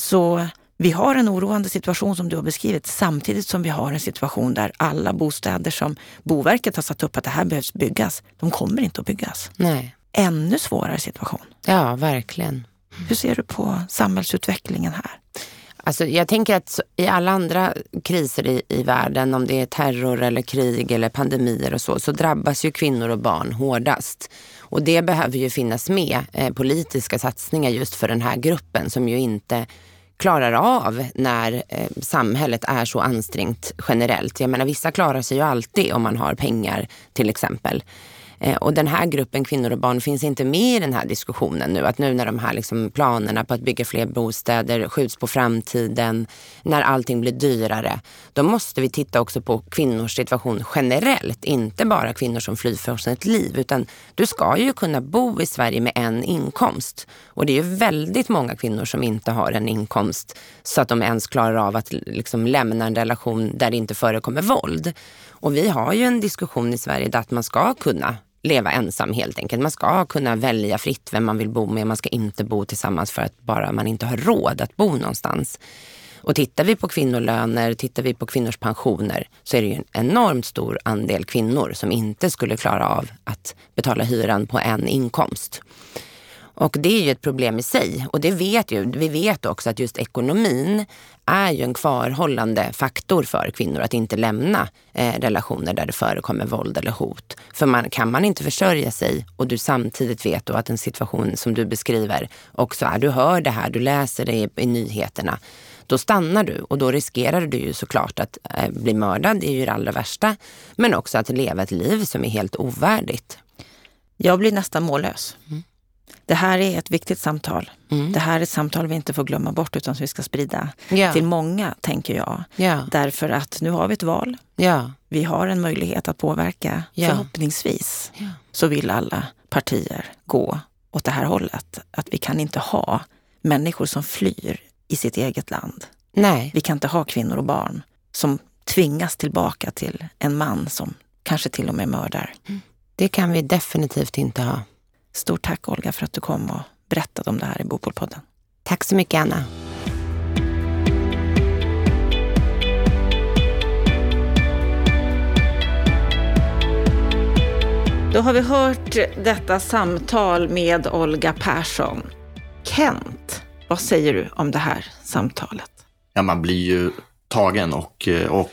Så vi har en oroande situation som du har beskrivit, samtidigt som vi har en situation där alla bostäder som Boverket har satt upp att det här behövs byggas, de kommer inte att byggas. Nej. Ännu svårare situation. Ja, verkligen. Hur ser du på samhällsutvecklingen här? Alltså, jag tänker att i alla andra kriser i världen, om det är terror eller krig eller pandemier och så drabbas ju kvinnor och barn hårdast. Och det behöver ju finnas med politiska satsningar just för den här gruppen som ju inte klarar av när samhället är så ansträngt generellt. Jag menar, vissa klarar sig ju alltid om man har pengar till exempel. Och den här gruppen kvinnor och barn finns inte med i den här diskussionen nu. Att nu när de här liksom planerna på att bygga fler bostäder skjuts på framtiden, när allting blir dyrare, då måste vi titta också på kvinnors situation generellt. Inte bara kvinnor som flyr för sitt liv, utan du ska ju kunna bo i Sverige med en inkomst. Och det är ju väldigt många kvinnor som inte har en inkomst så att de ens klarar av att liksom lämna en relation där det inte förekommer våld. Och vi har ju en diskussion i Sverige där att man ska kunna leva ensam helt enkelt. Man ska kunna välja fritt vem man vill bo med. Man ska inte bo tillsammans för att bara man inte har råd att bo någonstans. Och tittar vi på kvinnolöner, tittar vi på kvinnors pensioner, så är det ju en enormt stor andel kvinnor som inte skulle klara av att betala hyran på en inkomst. Och det är ju ett problem i sig. Och vi vet också att just ekonomin är ju en kvarhållande faktor för kvinnor att inte lämna relationer där det förekommer våld eller hot. För kan man inte försörja sig och du samtidigt vet då att en situation som du beskriver också är, du hör det här, du läser det i nyheterna, då stannar du och då riskerar du ju såklart att bli mördad, det är ju det allra värsta, men också att leva ett liv som är helt ovärdigt. Jag blir nästan mållös. Det här är ett viktigt samtal. Det här är ett samtal vi inte får glömma bort utan som vi ska sprida till många, tänker jag. Därför att nu har vi ett val. Vi har en möjlighet att påverka. Förhoppningsvis så vill alla partier gå åt det här hållet. Att vi kan inte ha människor som flyr i sitt eget land. Nej. Vi kan inte ha kvinnor och barn som tvingas tillbaka till en man som kanske till och med mördar. Det kan vi definitivt inte ha. Stort tack Olga för att du kom och berättade om det här i Bopolpodden. Tack så mycket Anna. Då har vi hört detta samtal med Olga Persson. Kent, vad säger du om det här samtalet? Ja, man blir ju tagen och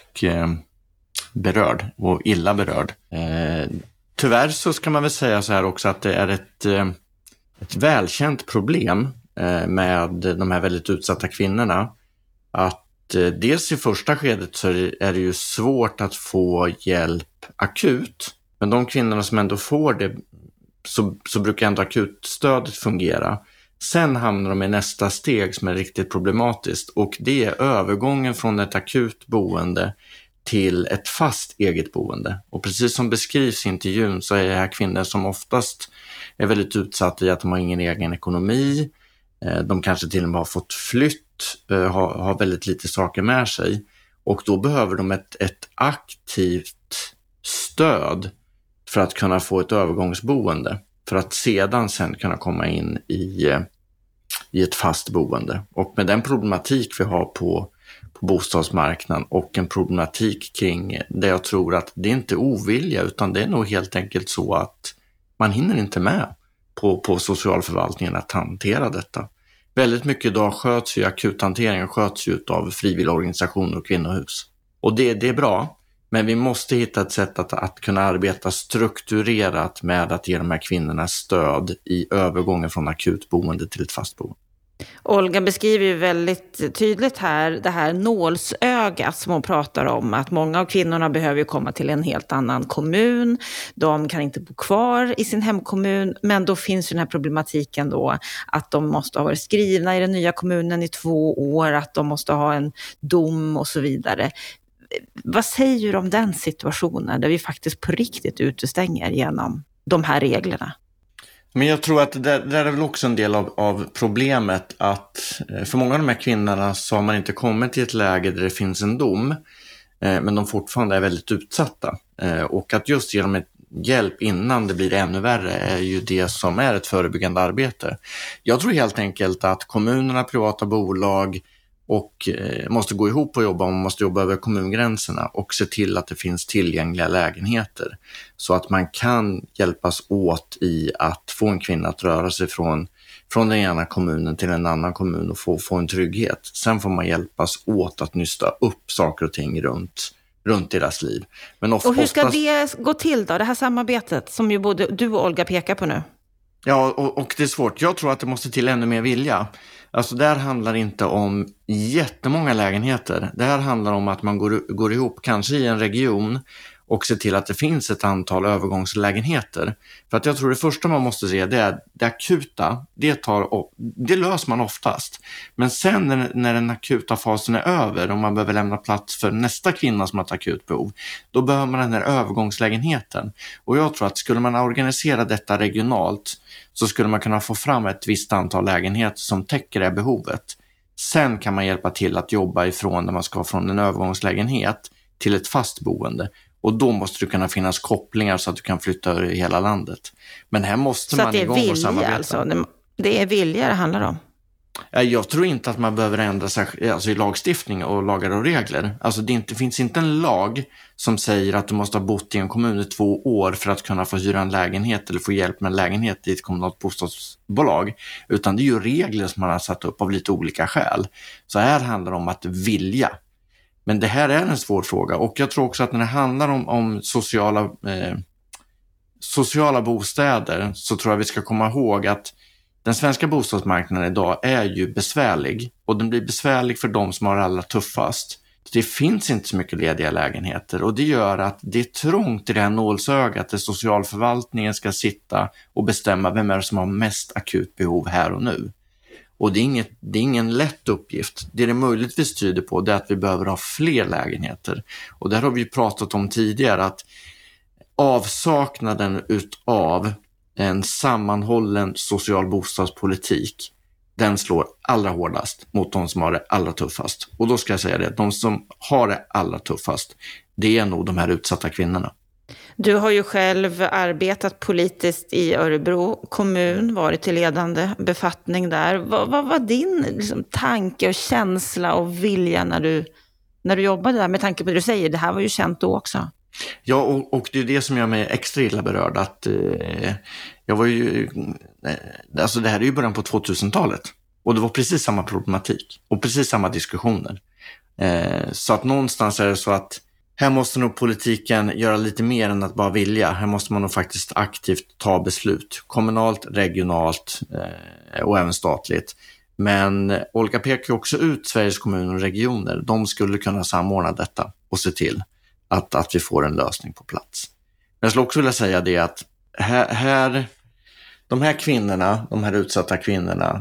berörd och illa berörd. Tyvärr så ska man väl säga så här också att det är ett välkänt problem med de här väldigt utsatta kvinnorna. Att dels i första skedet så är det ju svårt att få hjälp akut. Men de kvinnorna som ändå får det så brukar ändå akutstödet fungera. Sen hamnar de i nästa steg som är riktigt problematiskt. Och det är övergången från ett akut boende till ett fast eget boende. Och precis som beskrivs i intervjun så är det här kvinnor som oftast är väldigt utsatta i att de har ingen egen ekonomi. De kanske till och med har fått flytt, har väldigt lite saker med sig. Och då behöver de ett aktivt stöd för att kunna få ett övergångsboende. För att sen kunna komma in i ett fast boende. Och med den problematik vi har på bostadsmarknaden och en problematik kring det, jag tror att det är inte ovilja utan det är nog helt enkelt så att man hinner inte med på socialförvaltningen att hantera detta. Väldigt mycket idag akuthanteringen sköts ju av frivilligorganisationer och kvinnohus. Och det är bra, men vi måste hitta ett sätt att kunna arbeta strukturerat med att ge de här kvinnorna stöd i övergången från akutboende till ett fastboende. Olga beskriver ju väldigt tydligt här det här nålsögat som hon pratar om, att många av kvinnorna behöver ju komma till en helt annan kommun, de kan inte bo kvar i sin hemkommun, men då finns ju den här problematiken då att de måste ha varit skrivna i den nya kommunen i 2 år, att de måste ha en dom och så vidare. Vad säger du om den situationen där vi faktiskt på riktigt utestänger genom de här reglerna? Men jag tror att det är väl också en del av problemet att för många av de här kvinnorna så har man inte kommit till ett läge där det finns en dom, men de fortfarande är väldigt utsatta. Och att just ge dem ett hjälp innan det blir ännu värre är ju det som är ett förebyggande arbete. Jag tror helt enkelt att kommunerna, privata bolag och måste gå ihop och jobba, man måste jobba över kommungränserna och se till att det finns tillgängliga lägenheter så att man kan hjälpas åt i att få en kvinna att röra sig från den ena kommunen till en annan kommun och få en trygghet. Sen får man hjälpas åt att nysta upp saker och ting runt deras liv. Men och hur ska det gå till då, det här samarbetet som ju både du och Olga pekar på nu? Ja, och det är svårt. Jag tror att det måste till ännu mer vilja. Alltså där handlar inte om jättemånga lägenheter. Det här handlar om att man går ihop kanske i en region och ser till att det finns ett antal övergångslägenheter. För att jag tror det första man måste se det är det akuta. Det löser man oftast. Men sen när den akuta fasen är över och man behöver lämna plats för nästa kvinna som har ett akut behov, då behöver man den här övergångslägenheten. Och jag tror att skulle man organisera detta regionalt så skulle man kunna få fram ett visst antal lägenheter som täcker det behovet. Sen kan man hjälpa till att jobba ifrån när man ska från en övergångslägenhet till ett fast boende. Och då måste det kunna finnas kopplingar så att du kan flytta över i hela landet. Men här måste man igång och samarbeta. Alltså. Det är vilja det handlar om. Jag tror inte att man behöver ändra sig i lagstiftning och lagar och regler. Alltså det finns inte en lag som säger att du måste ha bott i en kommun i 2 år för att kunna få hyra en lägenhet eller få hjälp med en lägenhet i ett kommunalt bostadsbolag. Utan det är ju regler som man har satt upp av lite olika skäl. Så här handlar det om att vilja. Men det här är en svår fråga och jag tror också att när det handlar om sociala bostäder så tror jag vi ska komma ihåg att den svenska bostadsmarknaden idag är ju besvärlig och den blir besvärlig för de som har allra tuffast. Det finns inte så mycket lediga lägenheter och det gör att det är trångt i det här nålsögat där socialförvaltningen ska sitta och bestämma vem är det som har mest akut behov här och nu. Och det är ingen lätt uppgift. Det möjligtvis tyder på det är att vi behöver ha fler lägenheter. Och där har vi pratat om tidigare att avsaknaden utav en sammanhållen social bostadspolitik, den slår allra hårdast mot de som har det allra tuffast. Och då ska jag säga det, de som har det allra tuffast, det är nog de här utsatta kvinnorna. Du har ju själv arbetat politiskt i Örebro kommun, varit i ledande befattning där. Vad var din tanke och känsla och vilja när du jobbade där, med tanke på det du säger? Det här var ju känt då också. Ja, och det är det som gör mig extra illa berörd. Att jag var ju... Alltså det här är ju början på 2000-talet. Och det var precis samma problematik. Och precis samma diskussioner. Så att någonstans är det så att här måste nog politiken göra lite mer än att bara vilja. Här måste man nog faktiskt aktivt ta beslut. Kommunalt, regionalt och även statligt. Men Olga pekar också ut Sveriges kommuner och regioner. De skulle kunna samordna detta och se till att vi får en lösning på plats. Men jag skulle också vilja säga det att de här kvinnorna, de här utsatta kvinnorna,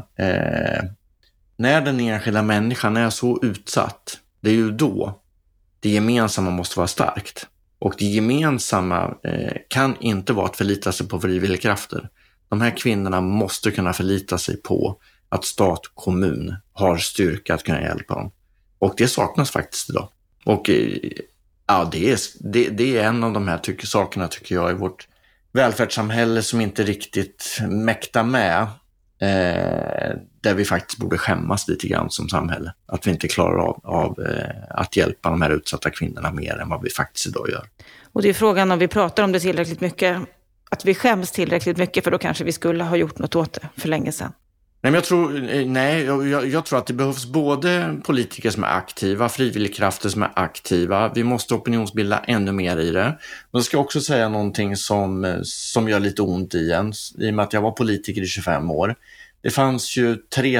när den enskilda människan är så utsatt, det är ju då det gemensamma måste vara starkt. Och det gemensamma kan inte vara att förlita sig på frivilligkrafter. De här kvinnorna måste kunna förlita sig på att stat och kommun har styrka att kunna hjälpa dem. Och det saknas faktiskt idag. Och ja, det är en av de här sakerna tycker jag i vårt välfärdssamhälle som inte riktigt mäktar med. Där vi faktiskt borde skämmas lite grann som samhälle. Att vi inte klarar av att hjälpa de här utsatta kvinnorna mer än vad vi faktiskt idag gör. Och det är frågan om vi pratar om det tillräckligt mycket. Att vi skäms tillräckligt mycket, för då kanske vi skulle ha gjort något åt det för länge sedan. Jag tror att det behövs både politiker som är aktiva, frivilligkrafter som är aktiva. Vi måste opinionsbilda ännu mer i det. Men jag ska också säga någonting som gör lite ont i och med att jag var politiker i 25 år. Det fanns ju 3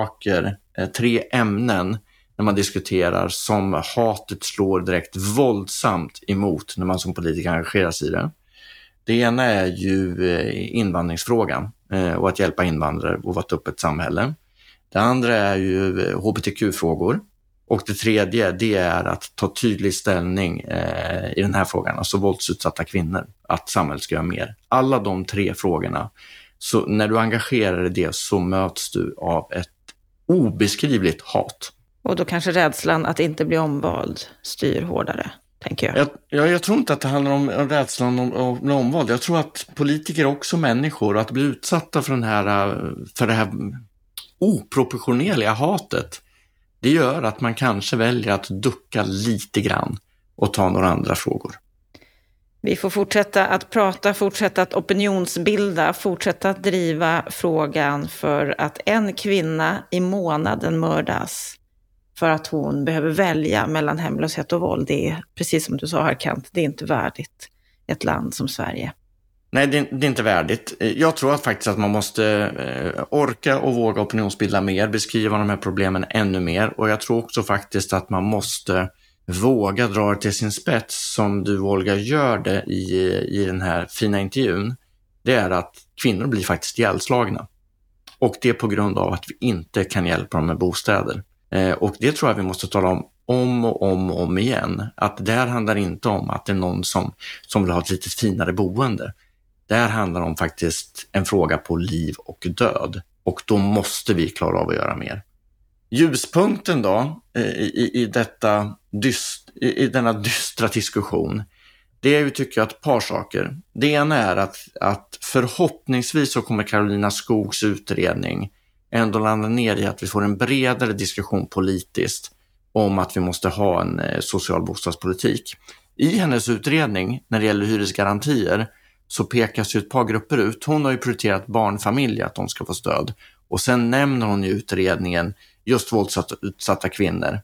ämnen när man diskuterar som hatet slår direkt våldsamt emot när man som politiker engagerar sig i det. Det ena är ju invandringsfrågan och att hjälpa invandrare och vara ett öppet samhälle. Det andra är ju hbtq-frågor. Och det tredje, det är att ta tydlig ställning i den här frågan, alltså våldsutsatta kvinnor, att samhället ska göra mer. Alla de 3 frågorna, så när du engagerar dig i det så möts du av ett obeskrivligt hat. Och då kanske rädslan att inte bli omvald styr hårdare, tänker jag. Jag tror inte att det handlar om rädslan om bli omvald. Jag tror att politiker är också människor, och att bli utsatta för det här oproportionerliga hatet, det gör att man kanske väljer att ducka lite grann och ta några andra frågor. Vi får fortsätta att prata, fortsätta att opinionsbilda, fortsätta att driva frågan för att en kvinna i månaden mördas för att hon behöver välja mellan hemlöshet och våld. Det är, precis som du sa här Kent, det är inte värdigt ett land som Sverige. Nej, det är inte värdigt. Jag tror faktiskt att man måste orka och våga opinionsbilda mer, beskriva de här problemen ännu mer. Och jag tror också faktiskt att man måste våga dra det till sin spets, som du, Olga, gör det i den här fina intervjun. Det är att kvinnor blir faktiskt ihjälslagna. Och det är på grund av att vi inte kan hjälpa dem med bostäder. Och det tror jag vi måste tala om igen. Att det här handlar inte om att det är någon som vill ha ett lite finare boende. Det här handlar om faktiskt en fråga på liv och död. Och då måste vi klara av att göra mer. Ljuspunkten då i denna dystra diskussion, det är ju, tycker jag, ett par saker. Det ena är att förhoppningsvis så kommer Karolina Skogs utredning ändå landa ner i att vi får en bredare diskussion politiskt om att vi måste ha en social bostadspolitik. I hennes utredning när det gäller hyresgarantier så pekas ju ett par grupper ut. Hon har ju prioriterat barnfamiljer, att de ska få stöd. Och sen nämner hon i utredningen just våldsutsatta kvinnor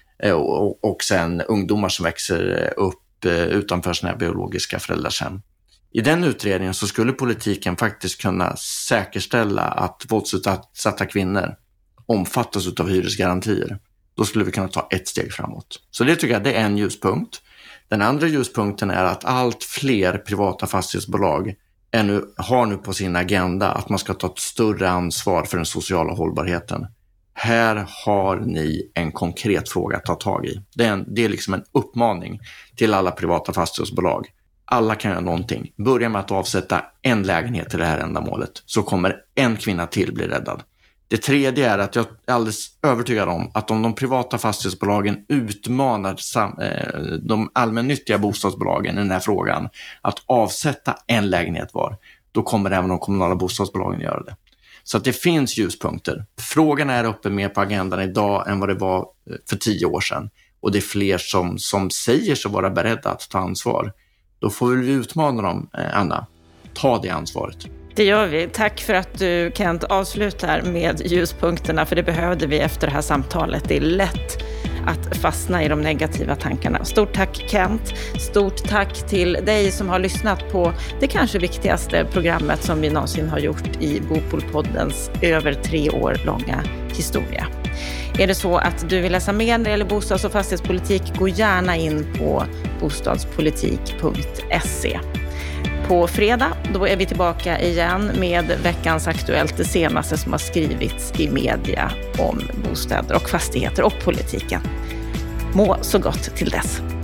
och sen ungdomar som växer upp utanför sina biologiska föräldrars hem. I den utredningen så skulle politiken faktiskt kunna säkerställa att våldsutsatta kvinnor omfattas av hyresgarantier. Då skulle vi kunna ta ett steg framåt. Så det tycker jag, det är en ljuspunkt. Den andra ljuspunkten är att allt fler privata fastighetsbolag har nu på sin agenda att man ska ta ett större ansvar för den sociala hållbarheten. Här har ni en konkret fråga att ta tag i. Det är liksom en uppmaning till alla privata fastighetsbolag. Alla kan göra någonting. Börja med att avsätta en lägenhet till det här ändamålet, så kommer en kvinna till bli räddad. Det tredje är att jag är alldeles övertygad om att om de privata fastighetsbolagen utmanar de allmännyttiga bostadsbolagen i den här frågan att avsätta en lägenhet var, då kommer även de kommunala bostadsbolagen göra det. Så att det finns ljuspunkter. Frågan är uppe mer på agendan idag än vad det var för 10 år sedan. Och det är fler som säger sig vara beredda att ta ansvar. Då får vi utmana dem, Anna. Ta det ansvaret. Det gör vi. Tack för att du, Kent, avslutar med ljuspunkterna, för det behövde vi efter det här samtalet. Det är lätt att fastna i de negativa tankarna. Stort tack, Kent. Stort tack till dig som har lyssnat på det kanske viktigaste programmet som vi någonsin har gjort i Bopolpoddens över 3 år långa historia. Är det så att du vill läsa mer när det gäller bostads- och fastighetspolitik, gå gärna in på bostadspolitik.se. På fredag, då är vi tillbaka igen med veckans Aktuellt, det senaste som har skrivits i media om bostäder och fastigheter och politiken. Må så gott till dess.